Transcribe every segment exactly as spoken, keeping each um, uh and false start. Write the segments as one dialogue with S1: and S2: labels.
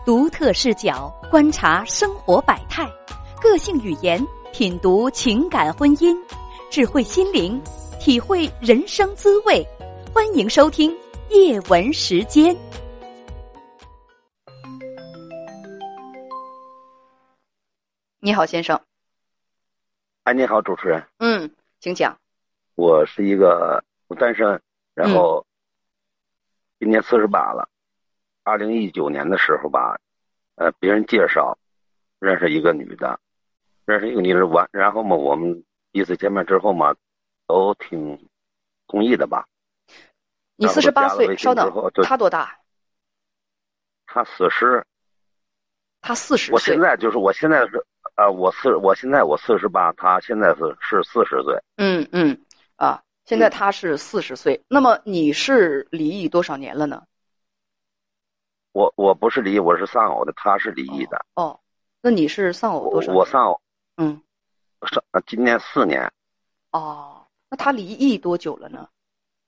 S1: 独特视角观察生活百态，个性语言品读情感婚姻，智慧心灵体会人生滋味。欢迎收听夜闻时间。你好，先生。
S2: 哎，你好，主持人。
S1: 嗯，请讲。
S2: 我是一个单身，然后今年四十八了。二零一九年的时候吧，呃，别人介绍认识一个女的，认识一个女的完，然后嘛，我们第一次见面之后嘛，都挺同意的吧。
S1: 你四十八岁，稍等，他多大？
S2: 他四十。
S1: 他四十岁。
S2: 我现在就是我现在是呃，我四我现在我四十八，他现在是是四十岁。
S1: 嗯嗯啊，现在他是四十岁。那么你是离异多少年了呢？
S2: 我我不是离异，我是丧偶的，他是离异的。
S1: 哦，哦那你是丧偶多少年？
S2: 我丧偶，
S1: 嗯，
S2: 上今年四年。
S1: 哦，那他离异多久了呢？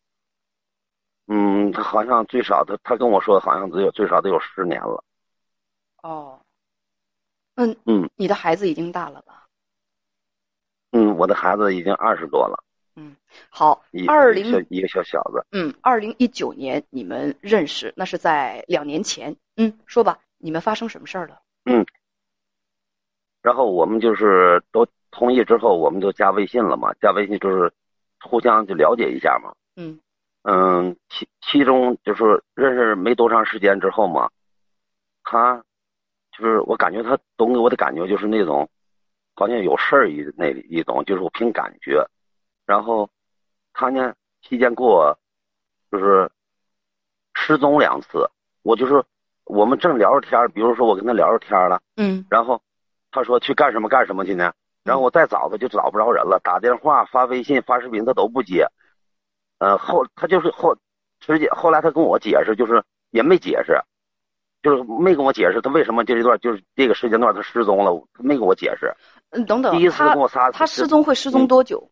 S2: 嗯，他好像最少他他跟我说，好像只有最少得有十年了。
S1: 哦，嗯
S2: 嗯，
S1: 你的孩子已经大了吧？
S2: 嗯，我的孩子已经二十多了。
S1: 嗯，好，
S2: 一
S1: 二零
S2: 一个小小子。
S1: 嗯，二零一九年你们认识，那是在两年前。嗯，说吧，你们发生什么事儿了？
S2: 嗯，然后我们就是都同意之后，我们就加微信了嘛，加微信就是互相就了解一下嘛。
S1: 嗯
S2: 嗯，其其中就是认识没多长时间之后嘛，他就是我感觉他总给我的感觉就是那种好像有事儿一那一种，就是我凭感觉。然后他呢期间给我就是失踪两次，我就是我们正聊着天，比如说我跟他聊着天了，
S1: 嗯，
S2: 然后他说去干什么干什么去呢，然后我再找他就找不着人了，打电话发微信发视频他都不接。呃后他就是后直接后来他跟我解释，就是也没解释，就是没跟我解释他为什么这一段就是这个时间段他失踪了，他没跟我解释。
S1: 嗯，等等，
S2: 第一次跟我撒
S1: 他他失踪会失踪多久？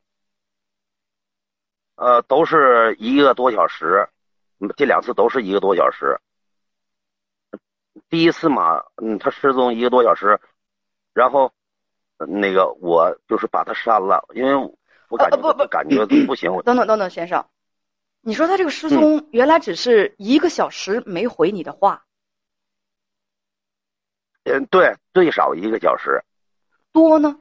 S2: 呃，都是一个多小时，这两次都是一个多小时。第一次嘛，嗯，他失踪一个多小时，然后那个我就是把他删了，因为我感觉
S1: 不不
S2: 感觉不行。
S1: 等等等等，先生，你说他这个失踪原来只是一个小时没回你的话？
S2: 嗯，对，最少一个小时。
S1: 多呢？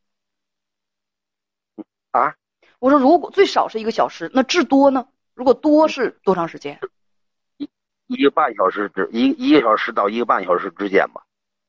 S2: 啊？
S1: 我说如果最少是一个小时，那至多呢？如果多是多长时间？
S2: 一一个半小时之一一个小时到一个半小时之间吧。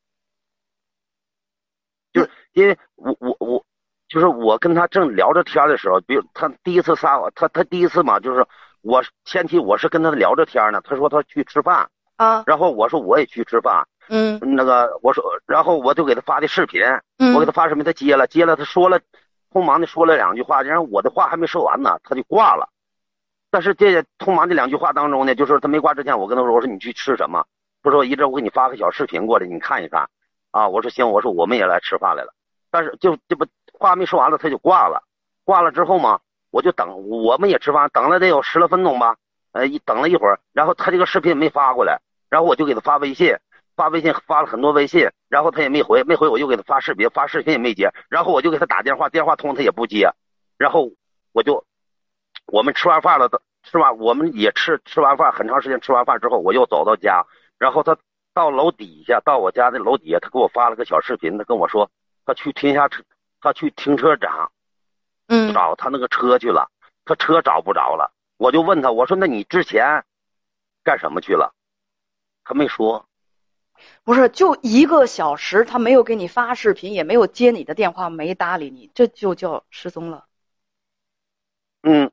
S2: 就是因为我我我就是我跟他正聊着天的时候，比如他第一次撒我，他他第一次嘛，就是我前提我是跟他聊着天呢，他说他去吃饭
S1: 啊，
S2: 然后我说我也去吃饭，
S1: 嗯，
S2: 那个我说，然后我就给他发的视频，
S1: 嗯，
S2: 我给他发视频，他接了接了，他说了，匆忙的说了两句话，然后我的话还没说完呢，他就挂了。但是这匆忙这两句话当中呢，就是他没挂之前，我跟他说，我说你去吃什么？他说一阵我给你发个小视频过来，你看一看。啊，我说行，我说我们也来吃饭来了。但是就这不话没说完了，他就挂了。挂了之后嘛，我就等，我们也吃饭，等了得有十来分钟吧。呃，一等了一会儿，然后他这个视频没发过来，然后我就给他发微信，发微信发了很多微信，然后他也没回，没回我又给他发视频，发视频也没接，然后我就给他打电话，电话通他也不接，然后我就我们吃完饭了，吃完我们也吃吃完饭很长时间，吃完饭之后我又走到家，然后他到楼底下，到我家的楼底下，他给我发了个小视频，他跟我说他去停下车，他去停车场，
S1: 嗯，
S2: 找他那个车去了，他车找不着了。我就问他，我说那你之前干什么去了？他没说。
S1: 不是，就一个小时，他没有给你发视频，也没有接你的电话，没搭理你，这就叫失踪了。
S2: 嗯，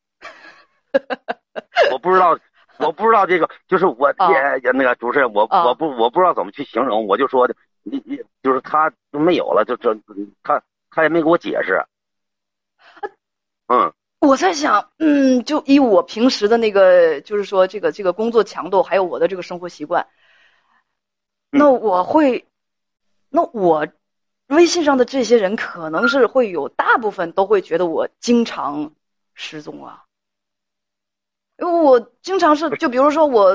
S2: 我不知道。我不知道这个，就是我也、哦、那个主持人，我、哦、我不我不知道怎么去形容，我就说你你就是他没有了，就这他他也没给我解释。嗯，
S1: 我在想，嗯，就以我平时的那个，就是说这个这个工作强度，还有我的这个生活习惯，那我会，那我微信上的这些人可能是会有大部分都会觉得我经常失踪啊。因为我经常是，就比如说我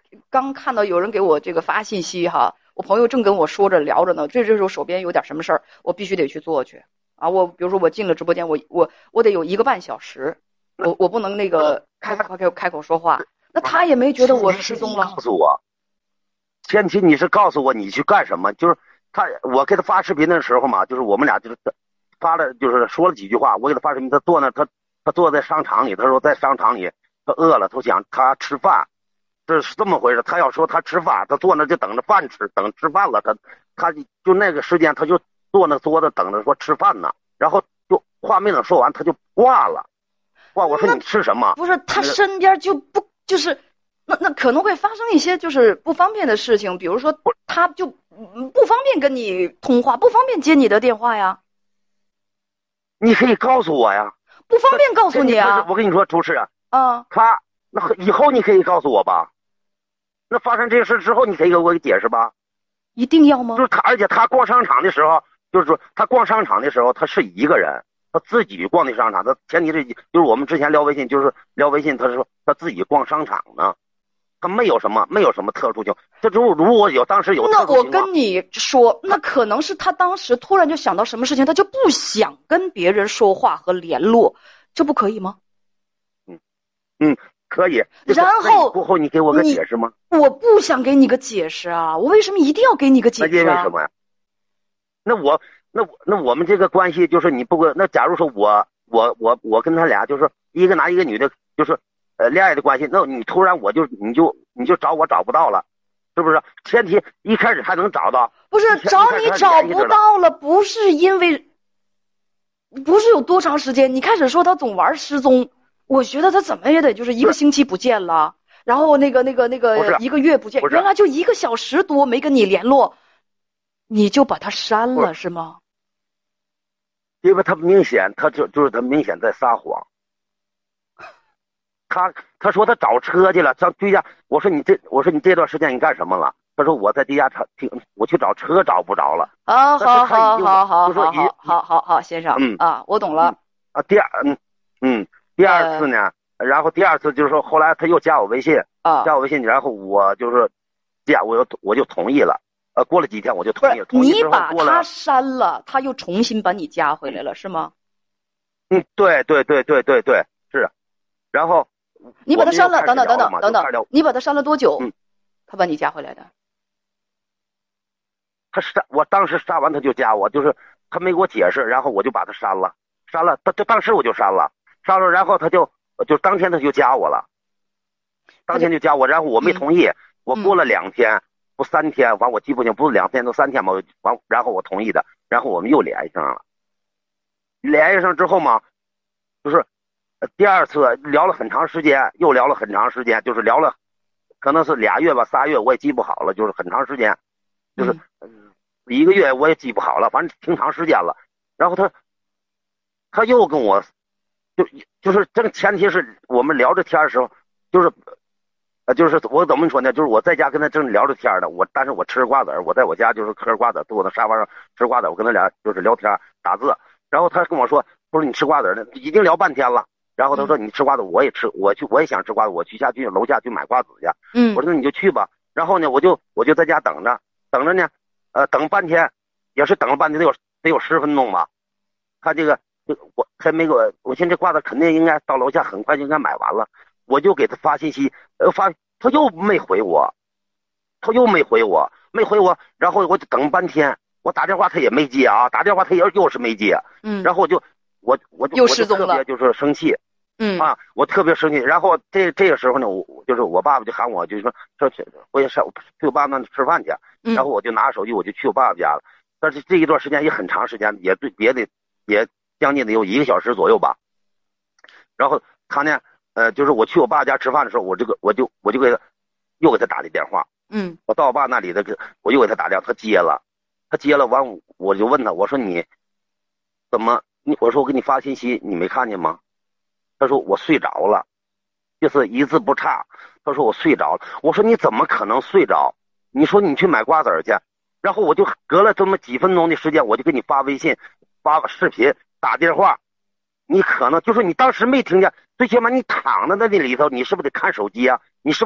S1: 刚看到有人给我这个发信息哈，我朋友正跟我说着聊着呢，这这时候手边有点什么事儿，我必须得去做去啊。我比如说我进了直播间，我我我得有一个半小时，我我不能那个开开开开口说话。那他也没觉得我失踪了。
S2: 告诉我，前提你是告诉我你去干什么，就是他我给他发视频的时候嘛，就是我们俩就是发了就是说了几句话，我给他发视频，他坐那他他坐在商场里，他说在商场里他饿了，他想他吃饭。这是这么回事，他要说他吃饭，他坐那就等着饭吃，等吃饭了，他他就那个时间他就坐那桌子等着说吃饭呢，然后就话没等说完他就挂了，挂我说你吃什么？
S1: 不是他身边就不就是那那可能会发生一些就是不方便的事情，比如说他就不方便跟你通话，不方便接你的电话呀。
S2: 你可以告诉我呀。
S1: 不方便告诉你啊。
S2: 我跟你说，主持人
S1: 啊，
S2: 他那以后你可以告诉我吧。那发生这个事之后，你可以给我解释吧？
S1: 一定要吗？
S2: 就是他，而且他逛商场的时候，就是说他逛商场的时候，他是一个人，他自己逛的商场。他前提是就是我们之前聊微信，就是聊微信，他说他自己逛商场呢，他没有什么没有什么特殊情况。这如果如果有当时有特殊情况，
S1: 那我跟你说，那可能是他当时突然就想到什么事情，他就不想跟别人说话和联络，这不可以吗？
S2: 嗯嗯。可以，
S1: 然后
S2: 过后你给我个解释吗？
S1: 我不想给你个解释啊，我为什么一定要给你个解释啊？
S2: 那因为什么呀？那我那我那我们这个关系就是你不管那假如说我我我我跟他俩就是一个男一个女的，就是呃恋爱的关系，那你突然我就你就你就找我找不到了，是不是？前提一开始还能找到，
S1: 不是找你找不到了，不是因为不是有多长时间，你开始说他总玩失踪。我觉得他怎么也得就是一个星期不见了，然后那个那个那个一个月不见，原来就一个小时多没跟你联络，你就把他删了是吗？
S2: 因为他明显他就就是他明显在撒谎。他他说他找车去了，上居家。我说你这我说你这段时间你干什么了？他说我在地下场听我去找车找不着了。
S1: 啊，好好好好好好好好好先生，
S2: 嗯
S1: 啊，我懂了。
S2: 啊，第二嗯嗯。第二次呢，呃、然后第二次就是说，后来他又加我微信，
S1: 啊，
S2: 加我微信，然后我就是加我又我就同意了，呃，过了几天我就同意了。同意
S1: 你把他删了，他又重新把你加回来了，是吗？
S2: 嗯，对对对对对对，是。然后
S1: 你把他删了，等等等等等等，你把他删了多久？
S2: 嗯，
S1: 他把你加回来的。
S2: 他删，我当时删完他就加我，就是他没给我解释，然后我就把他删了，删了，他就当时我就删了。删了，然后他就就当天他就加我了，当天就加我，然后我没同意，
S1: 嗯、
S2: 我过了两天，不三天，完我记不清，不是两天都三天嘛，完然后我同意的，然后我们又联系上了，联系上之后嘛，就是第二次聊了很长时间，又聊了很长时间，就是聊了可能是俩月吧，仨月我也记不好了，就是很长时间，就是
S1: 嗯、
S2: 一个月我也记不好了，反正挺长时间了，然后他。他又跟我，就就是这个前提是我们聊着天的时候，就是，呃，就是我怎么说呢？就是我在家跟他正聊着天呢，我但是我吃着瓜子儿，我在我家就是嗑着瓜子儿，坐在沙发上吃瓜子儿，我跟他俩就是聊天打字，然后他跟我说，他说你吃瓜子儿呢，已经聊半天了，然后他说你吃瓜子我也吃，我去我也想吃瓜子，我去下去楼下去买瓜子去，
S1: 嗯，
S2: 我说那你就去吧，然后呢我就我就在家等着等着呢，呃等半天，也是等了半天得有得有十分钟吧，他这个。我还没给我，我现在瓜子肯定应该到楼下，很快就应该买完了。我就给他发信息，呃，发他又没回我，他又没回我，没回我，然后我就等半天，我打电话他也没接啊，打电话他也又是没接，
S1: 嗯，
S2: 然后我就我我就
S1: 又失踪了，
S2: 特别就是生气，
S1: 嗯
S2: 啊，我特别生气。然后这这个时候呢，我就是我爸爸就喊我，就说说去，我也上去我爸那吃饭去，
S1: 嗯，
S2: 然后我就拿着手机我就去我爸爸家了。但是这一段时间也很长时间，也对别的也。将近得有一个小时左右吧，然后他呢，呃，就是我去我爸家吃饭的时候，我这个我就我就给他又给他打的电话，
S1: 嗯，
S2: 我到我爸那里的，我又给他打电话，他接了，他接了完，我就问他，我说你怎么你我说我给你发信息你没看见吗？他说我睡着了，就是一字不差，他说我睡着了，我说你怎么可能睡着？你说你去买瓜子去，然后我就隔了这么几分钟的时间，我就给你发微信。发个视频打电话，你可能就是你当时没听见，最起码你躺在那里头，你是不是得看手机啊？你是不是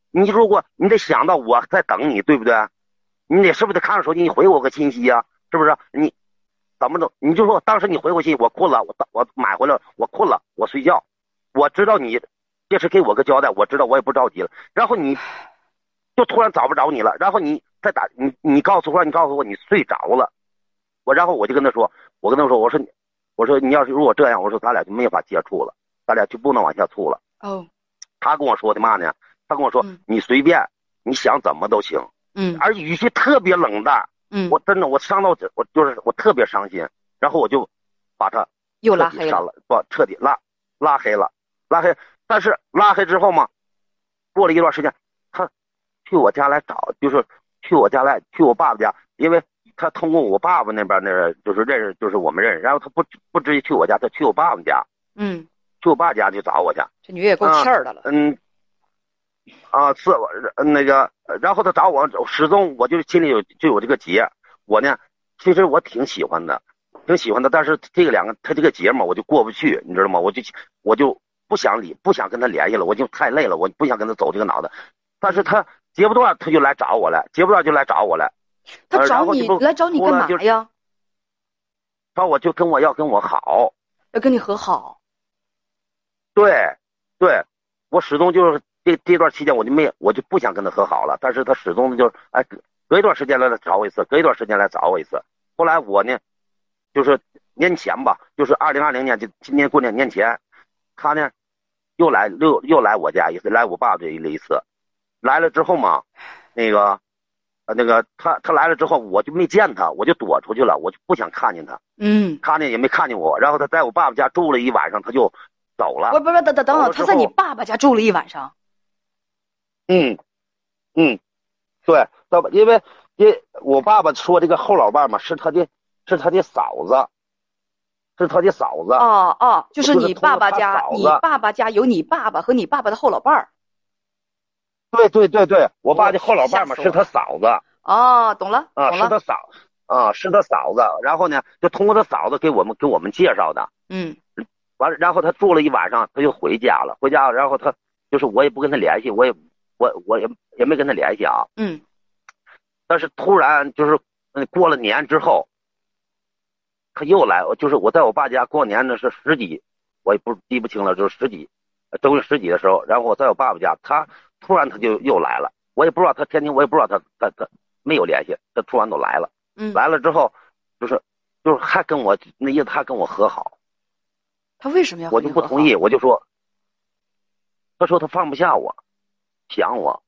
S2: 你如果你得想到我在等你，对不对？你得是不是得看着手机，你回我个信息呀、啊？是不是？你怎么着？你就说当时你回我信息，我困了，我我买回来，我困了，我睡觉，我知道你这是给我个交代，我知道我也不着急了。然后你就突然找不着你了，然后你再打你你告诉我，你告诉我你睡着了，我然后我就跟他说，我跟他说，我说我说你要是如果这样，我说咱俩就没法接触了，咱俩就不能往下处了。
S1: 哦，
S2: 他跟我说的嘛呢？他跟我说、
S1: 嗯、
S2: 你随便，你想怎么都行。
S1: 嗯，
S2: 而语气特别冷淡。
S1: 嗯，
S2: 我真的我伤到我就是我特别伤心，然后我就把他
S1: 又拉黑了，
S2: 了，不彻底拉拉黑了，拉黑。但是拉黑之后嘛，过了一段时间，他去我家来找，就是去我家来去我爸爸家，因为他通过我爸爸那边那就是认识，就是我们认识，然后他不不直接去我家，他去我爸爸家，
S1: 嗯，
S2: 去我爸家就找我去。
S1: 这女的也够欠儿的了，
S2: 嗯。啊，是我那个，然后他找我，始终我就心里有就有这个结。我呢，其实我挺喜欢的，挺喜欢的，但是这个两个他这个结嘛，我就过不去，你知道吗？我就我就不想理，不想跟他联系了，我就太累了，我不想跟他走这个脑袋。但是他截不断，他就来找我来，截不断就来找我来。
S1: 他找你、呃、来找你干嘛呀？
S2: 找我就跟我要跟我好，
S1: 要跟你和好。
S2: 对，对，我始终就是。这这段期间我就没我就不想跟他和好了，但是他始终的就是哎隔一段时间来找我一次，隔一段时间来找我一次。后来我呢，就是年前吧，就是二零二零年就今年过年年前，他呢又来又又来我家一次，来我爸这一次，来了之后嘛，那个呃那个他他来了之后我就没见他，我就躲出去了，我就不想看见他。
S1: 嗯，
S2: 他呢也没看见我，然后他在我爸爸家住了一晚上，他就走了。
S1: 不不不，等等等等，他在你爸爸家住了一晚上。
S2: 嗯，嗯，对，因为因为我爸爸说这个后老伴嘛，是他的，是他的嫂子，是他的嫂子。
S1: 哦哦，就是你爸爸家，你爸爸家有你爸爸和你爸爸的后老伴儿。
S2: 对对对对，我爸的后老伴嘛是他嫂子。
S1: 哦，懂了，
S2: 啊，
S1: 懂了
S2: 是他嫂，啊，是他嫂子。然后呢，就通过他嫂子给我们给我们介绍的。
S1: 嗯，
S2: 完了，然后他住了一晚上，他就回家了，回家了，然后他就是我也不跟他联系，我也。我我也也没跟他联系啊，
S1: 嗯，
S2: 但是突然就是过了年之后，他又来，就是我在我爸家过年呢是十几，我也不记不清了，就是十几，正月十几的时候，然后我在我爸爸家，他突然他就又来了，我也不知道他天天我也不知道他他他没有联系，他突然都来了，
S1: 嗯，
S2: 来了之后就是就是还跟我那意思他跟我和好，
S1: 他为什么要
S2: 我就不同意，我就说，他说他放不下我。想我，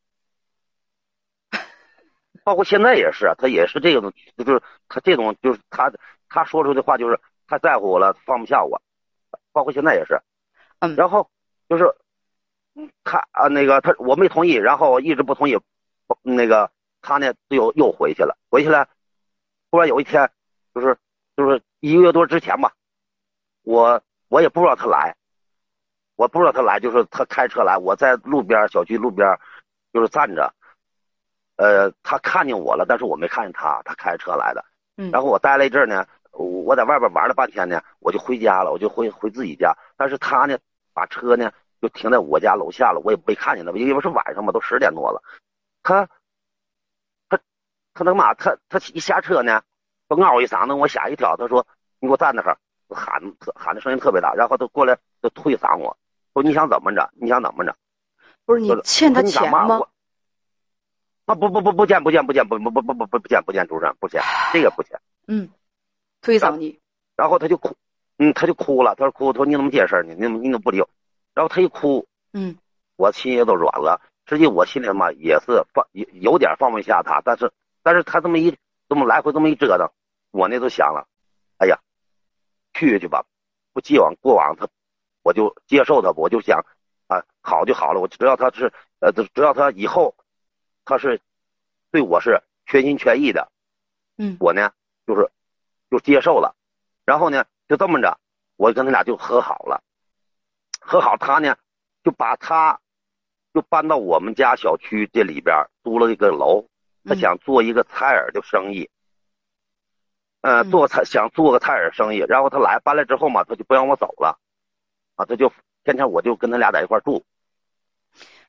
S2: 包括现在也是，他也是这种，就是他这种，就是他他说出的话，就是太在乎我了，放不下我，包括现在也是，
S1: 嗯，
S2: 然后就是他啊，那个他我没同意，然后一直不同意，那个他呢又又回去了，回去了，突然有一天，就是就是一个月多之前吧，我我也不知道他来。我不知道他来，就是他开车来，我在路边小区路边，就是站着，呃，他看见我了，但是我没看见他，他开车来的。
S1: 嗯。
S2: 然后我待了一阵呢，我在外边玩了半天呢，我就回家了，我就回回自己家。但是他呢，把车呢就停在我家楼下了，我也没看见他，因为是晚上嘛，都十点多了。他他他他妈，他他一下车呢，就嗷一嗓子，我吓一跳。他说：“你给我站那儿！”喊喊的声音特别大，然后他过来就推搡我。说你想怎么着？你想怎么着？
S1: 不是你欠他钱吗？
S2: 啊不不不不见不见不见不不不不不不不见不见主任不见这个不见。
S1: 嗯，推搡你，
S2: 然后他就哭，嗯他就哭了，他说哭，他说你怎么解释呢？你怎么你怎么不理我？然后他一哭，
S1: 嗯，
S2: 我心也都软了。实际我心里嘛也是放有有点放不下他，但是但是他这么一这么来回这么一折腾，我那都想了，哎呀，去去吧，不既往过往他。我就接受他，我就想啊，好就好了。我只要他是呃，只要他以后他是对我是全心全意的，
S1: 嗯，
S2: 我呢就是就接受了。然后呢，就这么着，我跟他俩就和好了。和好，他呢就把他就搬到我们家小区这里边租了一个楼，他想做一个菜饵的生意。呃，做菜想做个菜饵生意，然后他来搬来之后嘛，他就不让我走了。啊，这就天天我就跟他俩在一块住。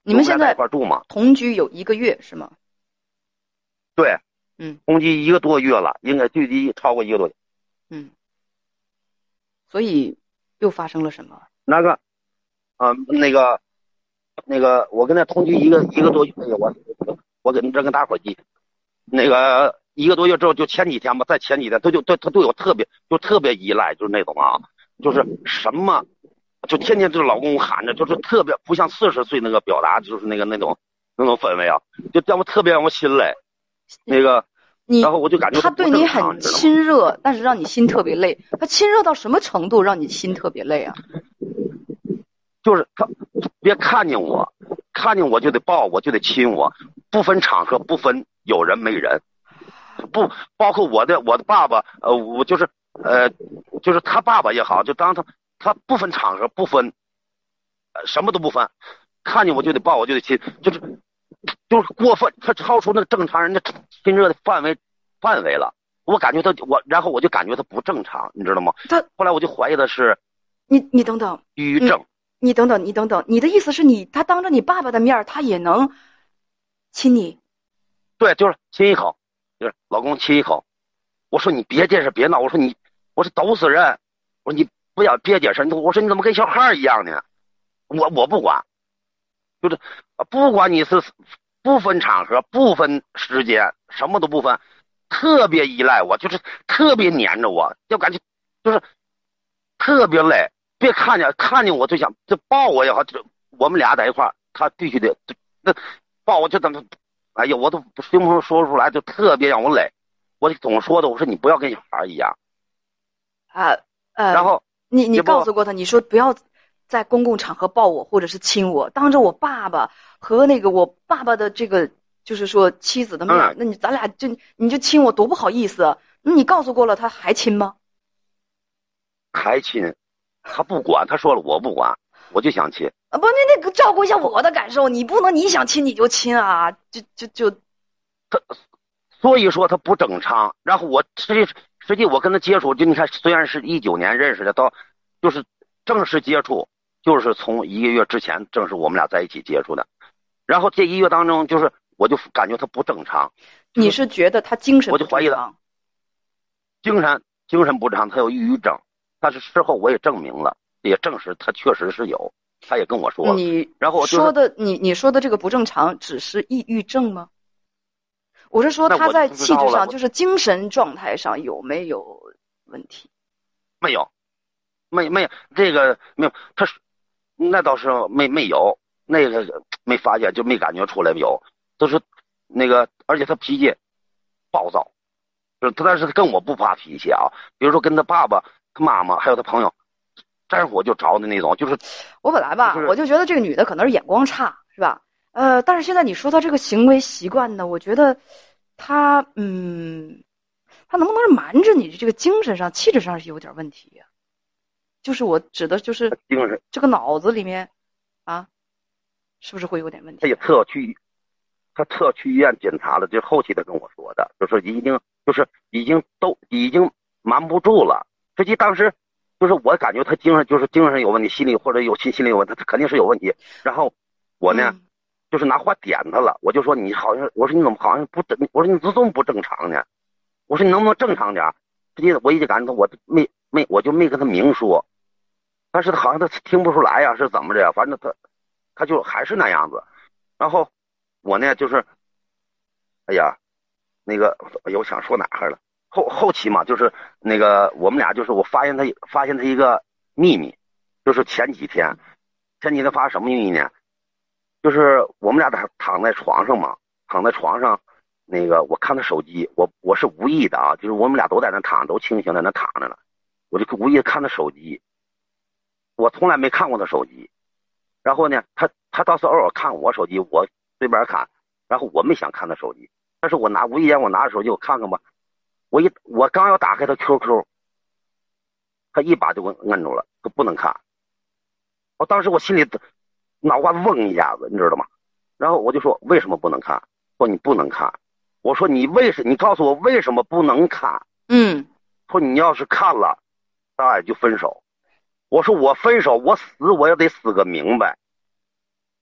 S1: 你们现在
S2: 一块住嘛？
S1: 同居有一个月是吗？
S2: 对，
S1: 嗯，
S2: 同居一个多月了，应该距离超过一个多月。
S1: 嗯，所以又发生了什么？
S2: 那个，啊、呃，那个，那个，我跟他同居一个一个多月，我我跟这跟大伙记，那个一个多月之后，就前几天吧，在前几天，他就对他对我特别就特别依赖，就是那种啊，就是什么，就天天就是老公喊着，就是特别不像四十岁那个表达，就是那个那种那种氛围啊，就让我特别让我心累。那个，
S1: 你
S2: 然后我就感觉
S1: 他对你很亲热，但是让你心特别累。他亲热到什么程度让你心特别累啊？
S2: 就是他别看见我，看见我就得抱我，就得亲我，不分场合，不分有人没人，不包括我的我的爸爸，呃，我就是呃，就是他爸爸也好，就当他他不分场合，不分，呃，什么都不分，看见我就得抱我，就得亲，就是就是过分，他超出那个正常人的亲热的范围范围了。我感觉他我，然后我就感觉他不正常，你知道吗？
S1: 他
S2: 后来我就怀疑的是，
S1: 你你等等，
S2: 抑郁症。
S1: 你等等，你等等，你的意思是你他当着你爸爸的面他也能亲你？
S2: 对，就是亲一口，就是老公亲一口。我说你别这事别闹，我说你，我说抖死人，我说你不要别解释，我说你怎么跟小孩一样呢？我我不管，就是不管你是不分场合、不分时间，什么都不分，特别依赖我，就是特别黏着我，就感觉就是特别累。别看见看见我就想就抱我也好，就我们俩在一块儿，他必须得那抱我就怎么，哎呀，我都形容说不出来，就特别让我累。我总说的，我说你不要跟小孩一样
S1: 啊呃，
S2: 然后
S1: 你你告诉过他，你说不要在公共场合抱我或者是亲我，当着我爸爸和那个我爸爸的这个就是说妻子的面，
S2: 嗯、
S1: 那你咱俩就你就亲我多不好意思啊。那你告诉过了，他还亲吗？
S2: 还亲。他不管，他说了我不管，我就想亲
S1: 啊！不，你那个照顾一下我的感受，你不能你想亲你就亲啊，就就就
S2: 他，所以说他不正常。然后我实际实际我跟他接触，就你看，虽然是一九年认识的，到就是正式接触，就是从一个月之前正是我们俩在一起接触的。然后这一个月当中，就是我就感觉他不正常。
S1: 你是觉得他精神不正常？
S2: 我就怀疑了，精神精神不正常，他有抑郁症。但是事后我也证明了，也证实他确实是有，他也跟我说了。
S1: 你
S2: 然后我、就是、
S1: 说的你你说的这个不正常，只是抑郁症吗？我是说他在气质上，就是精神状态上有没有问题？
S2: 没有，没没有这个没有，他是那倒是没没有那个没发现，就没感觉出来有，都是那个，而且他脾气暴躁，就是他但是他跟我不发脾气啊，比如说跟他爸爸。他妈妈还有他朋友，沾火就着的那种，就是
S1: 我本来吧，就是、我就觉得这个女的可能是眼光差，是吧？呃，但是现在你说她这个行为习惯呢，我觉得她，嗯，她能不能是瞒着你这个精神上、气质上是有点问题呀、啊？就是我指的就是
S2: 精神
S1: 这个脑子里面啊，是不是会有点问题、啊？
S2: 他也特去，他特去医院检查了，就后期他跟我说的，就是已经就是已经都已经瞒不住了。实际当时就是我感觉他精神就是精神有问题，心理或者有心心理有问题，他肯定是有问题。然后我呢，嗯、就是拿话点他了，我就说你好像，我说你怎么好像不正，我说你这么不正常呢？我说你能不能正常点？实际我一直感觉他我没没我就没跟他明说，但是他好像他听不出来呀，是怎么着呀？反正他他就还是那样子。然后我呢就是，哎呀，那个哎呦我想说哪儿了？后后期嘛，就是那个我们俩就是我发现他发现他一个秘密，就是前几天前几天发什么秘密呢？就是我们俩躺躺在床上嘛，躺在床上，那个我看他手机，我我是无意的啊，就是我们俩都在那躺，都清醒在那躺着呢，我就无意的看他手机，我从来没看过他手机。然后呢，他他倒是偶尔看我手机，我随便看，然后我没想看他手机，但是我拿无意间我拿着手机我看看吧。我一我刚要打开他 Q Q， 他一把就给我摁住了，他不能看。我当时我心里脑瓜嗡一下子，你知道吗？然后我就说为什么不能看？说你不能看。我说你为什你告诉我为什么不能看？
S1: 嗯，
S2: 说你要是看了，咱俩就分手。我说我分手，我死我也得死个明白。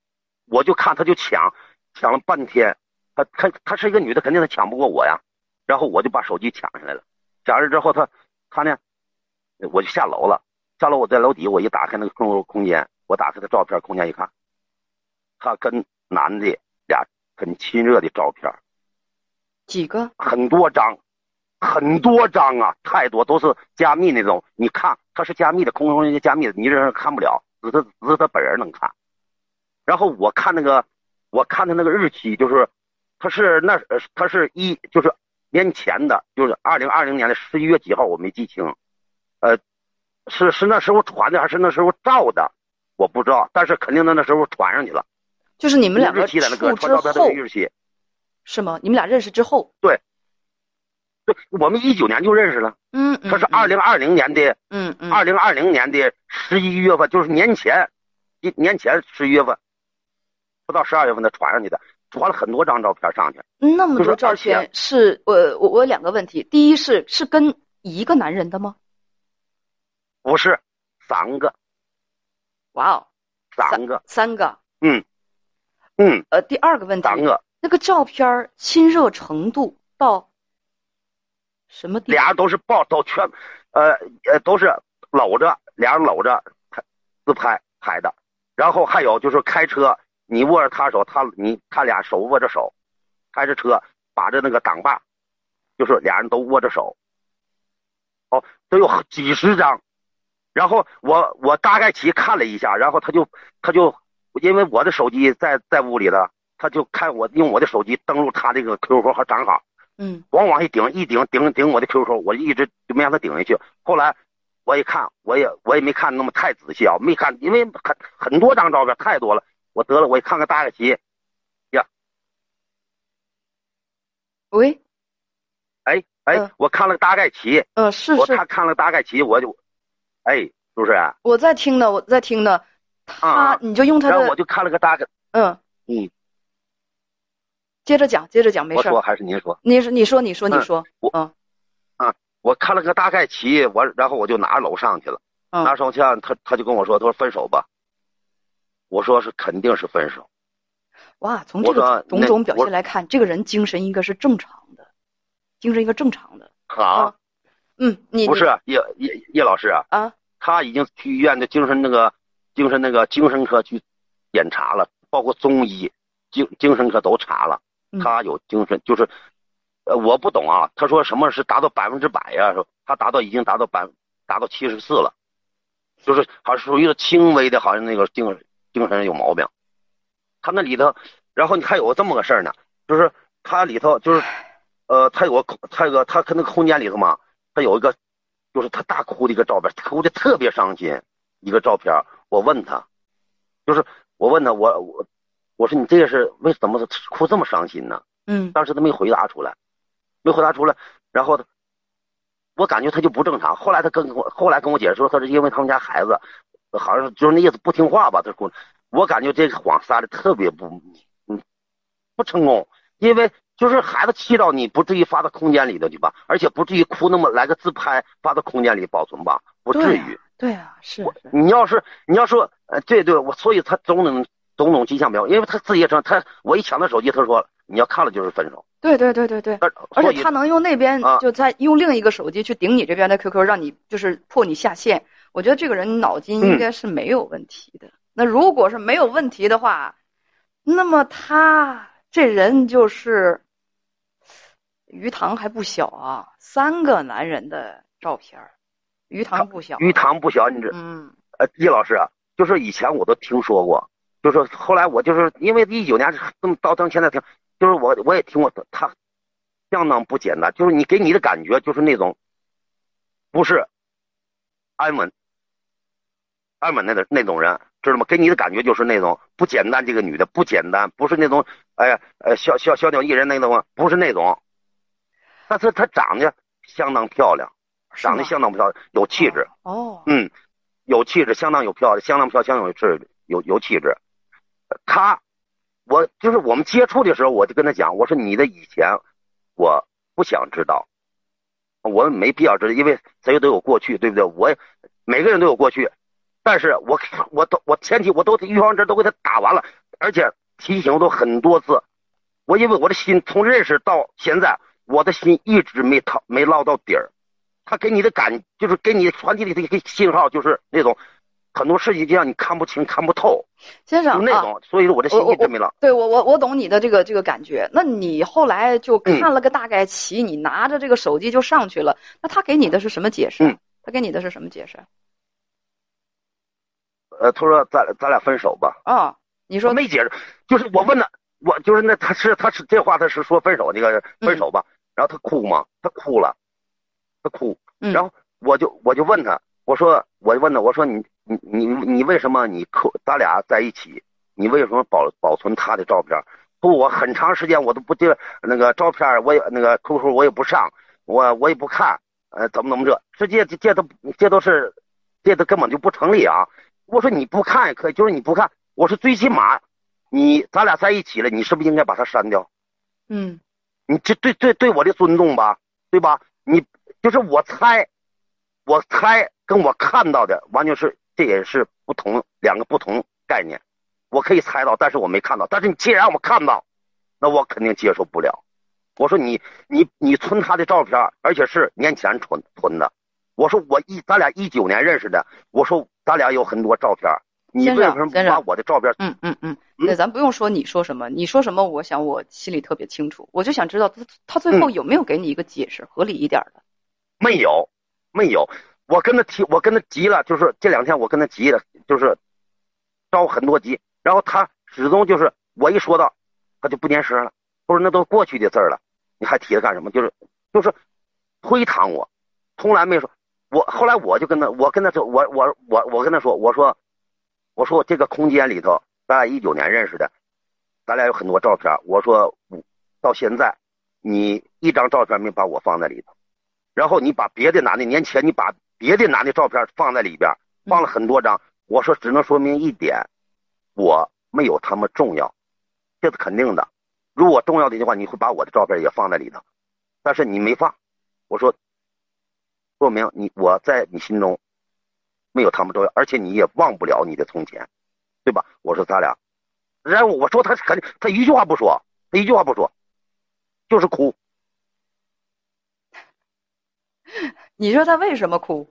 S2: 我就看他就抢，抢了半天，他他他是一个女的，肯定他抢不过我呀。然后我就把手机抢下来了，抢下来之后他他呢，我就下楼了，下楼我在楼底我一打开那个空空间，我打开他照片空间一看，他跟男的俩很亲热的照片，
S1: 几个？
S2: 很多张，很多张啊，太多，都是加密那种。你看他是加密的，空空间加密的，你这人看不了，只是只是他本人能看。然后我看那个，我看他那个日期，就是他是那他是一就是年前的，就是二零二零年的十一月几号，我没记清，呃，是是那时候传的还是那时候照的，我不知道，但是肯定那那时候传上去了。
S1: 就是你们两个
S2: 日期在那个
S1: 处之
S2: 传照片的
S1: 后
S2: 日期
S1: 是吗？你们俩认识之后？
S2: 对，对，我们一九年就认识了。
S1: 嗯嗯，
S2: 他是二零二零年的，
S1: 嗯嗯，
S2: 二零二零年的十一月份，就是年前，一年前十一月份，不到十二月份的传上去的，传了很多张照片上去。
S1: 那么多照
S2: 就是
S1: 片是，我我我有两个问题，第一是是跟一个男人的吗？
S2: 不是，三个，
S1: 哇哦，
S2: 三个，
S1: 三个，
S2: 嗯嗯，
S1: 呃，第二个问题，
S2: 三个，
S1: 那个照片亲热程度到什么地步？
S2: 俩人都是抱，都全，呃呃，都是搂着，俩人搂着拍自拍拍的。然后还有就是开车，你握着他手，他你他俩手握着手，开着车把着那个挡把，就是俩人都握着手。哦，都有几十张。然后我我大概其看了一下，然后他就他就因为我的手机在在屋里了，他就看我用我的手机登录他这个 Q Q 和账号，
S1: 嗯，
S2: 往往一顶一顶顶顶我的 Q Q， 我一直就没让他顶下去。后来我一看，我也我也没看那么太仔细啊，没看，因为很很多张照片太多了，我得了，我一看看大概其呀，
S1: 喂，
S2: 哎哎，
S1: 嗯
S2: 我看了大概其，
S1: 呃，是是，
S2: 我他看了大概其，我就，哎，是不是？
S1: 我在听呢，我在听呢，他
S2: 啊
S1: 你就用他的，
S2: 然后我就看了个大概，
S1: 嗯，
S2: 嗯，
S1: 接着讲，接着讲，没事儿。
S2: 我说还是您说？
S1: 你是你说你说你
S2: 嗯
S1: 说，
S2: 我
S1: 嗯
S2: 啊，我看了个大概其，我然后我就拿着楼上去了，
S1: 嗯，
S2: 拿手枪，他他就跟我说，他说分手吧，我说是肯定是分手。
S1: 哇，从这个
S2: 我说那
S1: 种种表
S2: 我
S1: 现来看，这个人精神应该是正常的，精神应该正常的。
S2: 啊，
S1: 嗯，你
S2: 不是叶叶叶老师啊，
S1: 啊，
S2: 他已经去医院的精神那个精神那个精神科去检查了，包括中医、精精神科都查了，
S1: 嗯
S2: 他有精神，就是，呃，我不懂啊。他说什么是达到百分之百呀？说他达到已经达到百达到七十四了，就是好像属于轻微的，好像那个精神精神有毛病。他那里头，然后你还有这么个事儿呢，就是他里头就是，呃，他有个他有个他跟那个空间里头嘛，他有一个，就是他大哭的一个照片，哭的特别伤心一个照片。我问他，就是我问他，我我我说你这个是为什么哭这么伤心呢？
S1: 嗯
S2: 当时他没回答出来，没回答出来，然后我感觉他就不正常。后来他跟我后来跟我解释说，他是因为他们家孩子好像就是那意思不听话吧，他哭。我感觉这个谎撒的特别不，嗯，不成功，因为就是孩子气到你不至于发到空间里头去吧，而且不至于哭那么来个自拍发到空间里保存吧，不至于。
S1: 对啊，是。
S2: 你要是你要说，呃，对对，我所以他种种种种迹象没有，因为他自己也承他我一抢他手机，他说你要看了就是分手。
S1: 对对对对对，
S2: 而
S1: 而且他能用那边
S2: 啊
S1: 就再用另一个手机去顶你这边的 Q Q， 让你就是迫你下线。我觉得这个人脑筋应该是没有问题的。嗯、那如果是没有问题的话，那么他这人就是鱼塘还不小啊，三个男人的照片，鱼塘不小、啊，
S2: 鱼塘不小，你这
S1: 嗯
S2: 呃，叶老师啊，就是以前我都听说过，就是后来我就是因为一九年这么到到现在听，就是我我也听过他相当不简单，就是你给你的感觉就是那种不是安稳安稳那种那种人，知道吗？给你的感觉就是那种不简单，这个女的不简单，不是那种哎呀呃小小小鸟依人那种，不是那种，但是她长得相当漂亮，长得相当漂亮，有气质。
S1: 哦，
S2: 嗯，有气质，相当有漂亮，相当漂亮，相当有质，有有气质。他，我就是我们接触的时候，我就跟他讲，我说你的以前我不想知道，我没必要知道，因为谁都有过去，对不对？我每个人都有过去，但是我我都我前提我都预防针都给他打完了，而且提醒都很多次，我因为我的心从认识到现在，我的心一直没掏没捞到底儿。他给你的感就是给你传递的一个信号，就是那种很多事情就让你看不清看不透，
S1: 先生
S2: 就那种，
S1: 啊、
S2: 所以说我的心一直没捞。
S1: 对我我我懂你的这个这个感觉。那你后来就看了个大概齐，嗯、你拿着这个手机就上去了，那他给你的是什么解释？
S2: 嗯，
S1: 他给你的是什么解释？
S2: 呃，他说咱咱俩分手吧。
S1: 啊、哦，你说
S2: 没解释，就是我问他，我就是那他是他是这话他是说分手那个分手吧，嗯、然后他哭吗？他哭了，他哭，
S1: 嗯、
S2: 然后我就我就问他，我说我就问他，我说你你你你为什么你哭？咱俩在一起，你为什么保保存他的照片？不，我很长时间我都不这那个照片，我也那个 Q Q 我也不上，我我也不看，呃，怎么怎么这，这这这都这都是这都根本就不成立啊！我说你不看也可以，就是你不看，我说最起码你咱俩在一起了，你是不是应该把它删掉？
S1: 嗯，
S2: 你这对对对我的尊重吧，对吧？你就是我猜，我猜跟我看到的完全是这也是不同两个不同概念。我可以猜到，但是我没看到。但是你既然我看到，那我肯定接受不了。我说你你你存他的照片，而且是年前存存的。我说我一咱俩一九年认识的，我说咱俩有很多照片，你为什么不把我的照片？
S1: 嗯嗯嗯，那咱不用说你说什么，你说什么，我想我心里特别清楚。我就想知道他他最后有没有给你一个解释，嗯、合理一点的？
S2: 没有，没有。我跟他提，我跟他急了，就是这两天我跟他急了，就是着很多急。然后他始终就是我一说到，他就不念声了。他说那都过去的字了，你还提它干什么？就是就是推搪我，从来没说。我后来我就跟他，我跟他说，我我我我跟他说，我说我说这个空间里头，咱俩一九年认识的，咱俩有很多照片。我说到现在，你一张照片没把我放在里头，然后你把别的男的年前你把别的男的照片放在里边，放了很多张。我说只能说明一点，我没有他们重要，这是肯定的。如果重要的话，你会把我的照片也放在里头，但是你没放。我说说明你我在你心中没有他们重要，而且你也忘不了你的从前，对吧？我说咱俩，然后我说他肯定，他一句话不说，他一句话不说，就是哭。
S1: 你说他为什么哭？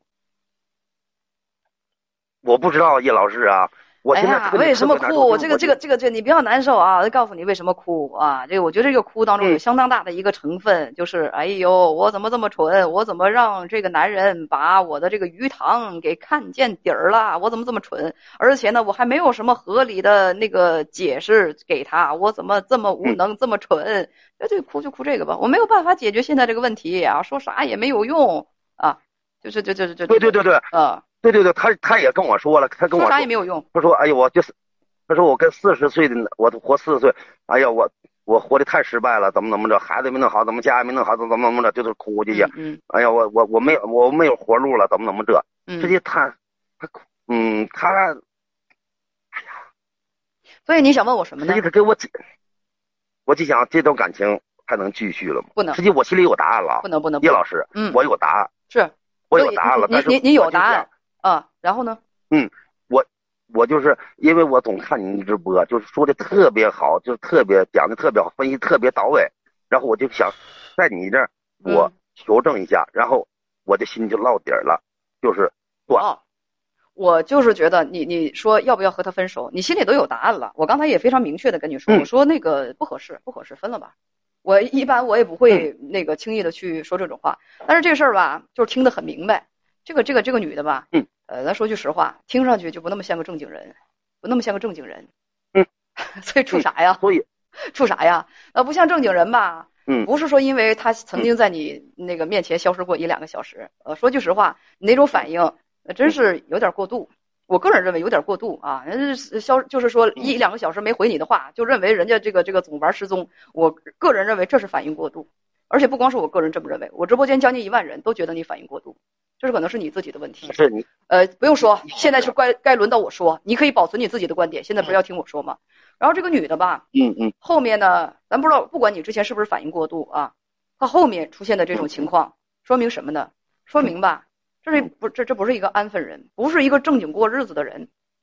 S2: 我不知道，叶老师啊。我现在
S1: 哎呀，为什么哭？这个这个这个这个，你不要难受啊！我告诉你为什么哭啊？这个我觉得这个哭当中有相当大的一个成分，嗯、就是哎呦，我怎么这么蠢？我怎么让这个男人把我的这个鱼塘给看见底儿了？我怎么这么蠢？而且呢，我还没有什么合理的那个解释给他，我怎么这么无能，这么蠢？这这哭就哭这个吧，我没有办法解决现在这个问题啊，说啥也没有用啊，就是就就就就
S2: 对对对对
S1: 啊。
S2: 对对对，他他也跟我说了，他跟我说
S1: 说啥也没有用。
S2: 他说：“哎呀，我就是，他说我跟四十岁的我活四十岁，哎呀，我我活得太失败了，怎么怎么着，孩子没弄好，怎么家也没弄好，怎么怎么着，就是哭唧唧。
S1: 嗯嗯、
S2: 哎呀，我我我没有我没有活路了，怎么怎么着。
S1: 嗯、
S2: 实际他他嗯他，哎呀，
S1: 所以你想问我什么呢？
S2: 实际他给我解，我就想这段感情还能继续了吗？
S1: 不能。
S2: 实际我心里有答案了。
S1: 不能不能。
S2: 叶老师，
S1: 嗯，
S2: 我有答案。
S1: 是。
S2: 我有答案了，但是
S1: 你你你有答案。啊，然后呢？
S2: 嗯，我我就是因为我总看你直播，就是说的特别好，就是特别讲的特别好，分析特别到位，然后我就想在你这儿我求证一下，嗯、然后我的心就落底了，就是断。
S1: 哦，我就是觉得你你说要不要和他分手，你心里都有答案了。我刚才也非常明确的跟你说，
S2: 嗯、
S1: 我说那个不合适，不合适，分了吧。我一般我也不会那个轻易的去说这种话，嗯、但是这事儿吧，就是听得很明白。这个这个这个女的吧，
S2: 嗯，
S1: 呃，咱说句实话，听上去就不那么像个正经人，不那么像个正经人，
S2: 嗯，
S1: 所以处啥呀？
S2: 所以
S1: 处啥呀？呃，不像正经人吧，
S2: 嗯，
S1: 不是说因为他曾经在你那个面前消失过一两个小时，呃，说句实话，你那种反应，呃，真是有点过度。我个人认为有点过度啊，人消就是说一两个小时没回你的话，就认为人家这个这个总玩失踪。我个人认为这是反应过度，而且不光是我个人这么认为，我直播间将近一万人都觉得你反应过度。这是可能是你自己的问题，
S2: 是你
S1: 呃，不用说，现在是该该轮到我说，你可以保存你自己的观点，现在不是要听我说吗？然后这个女的吧，
S2: 嗯嗯，
S1: 后面呢，咱不知道，不管你之前是不是反应过度啊，她后面出现的这种情况，说明什么呢？说明吧，这是不这这不是一个安分人，不是一个正经过日子的人，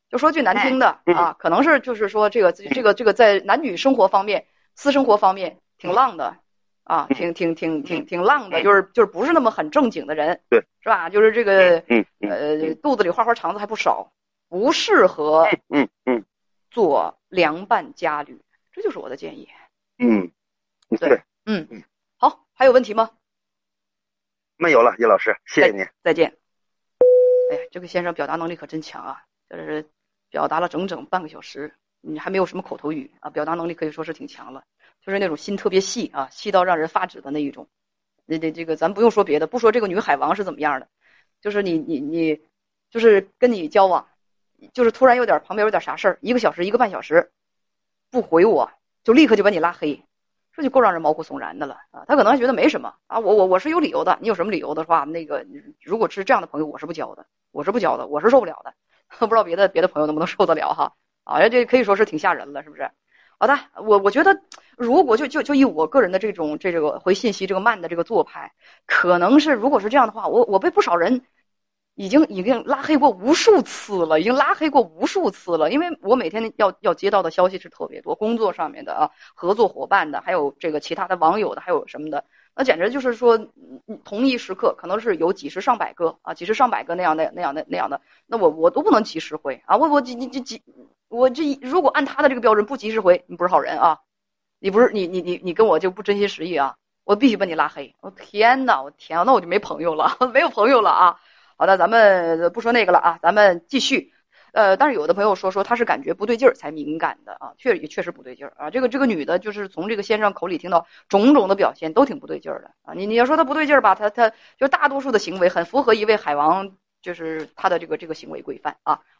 S1: 就说句难听的
S2: 嗯
S1: 啊，可能是就是说这个这个这个在男女生活方面、私生活方面挺浪的啊，挺挺挺挺挺浪的，就是就是不是那么很正经的人，
S2: 对，
S1: 是吧？就是这个
S2: 嗯嗯
S1: 呃肚子里花花肠子还不少，不适合
S2: 嗯嗯
S1: 做凉拌家侣，这就是我的建议。
S2: 嗯，
S1: 对，嗯，好，还有问题吗？
S2: 没有了，叶老师，谢谢您，
S1: 再见。哎呀，这个先生表达能力可真强啊，就是表达了整整半个小时，你还没有什么口头语啊，表达能力可以说是挺强了，就是那种心特别细啊，细到让人发指的那一种。那这这个咱不用说别的，不说这个女海王是怎么样的，就是你你你，就是跟你交往，就是突然有点旁边有点啥事儿，一个小时一个半小时不回我，就立刻就把你拉黑。这就够让人毛骨悚然的了啊！他可能还觉得没什么啊，我我我是有理由的，你有什么理由的话，那个如果是这样的朋友，我是不交的，我是不交的，我是受不了的，不知道别的别的朋友能不能受得了哈？啊，这可以说是挺吓人了，是不是？好的，我我觉得如果就就就以我个人的这种这个回信息这个慢的这个做派，可能是如果是这样的话，我我被不少人已经已经拉黑过无数次了，已经拉黑过无数次了，因为我每天要要接到的消息是特别多，工作上面的啊，合作伙伴的，还有这个其他的网友的，还有什么的，那简直就是说，同一时刻可能是有几十上百个啊，几十上百个那样的那样的那样的，那我我都不能及时回啊，我我几几几我这如果按他的这个标准不及时回，你不是好人啊，你不是你你你你跟我就不真心实意啊，我必须把你拉黑，我天哪，我天，那我就没朋友了，没有朋友了啊。好的，咱们不说那个了啊，咱们继续。呃，但是有的朋友说说他是感觉不对劲儿才敏感的啊，确也确实不对劲儿啊。这个这个女的，就是从这个先生口里听到种种的表现都挺不对劲儿的啊。你你要说他不对劲儿吧，他他就大多数的行为很符合一位海王，就是他的这个这个行为规范啊。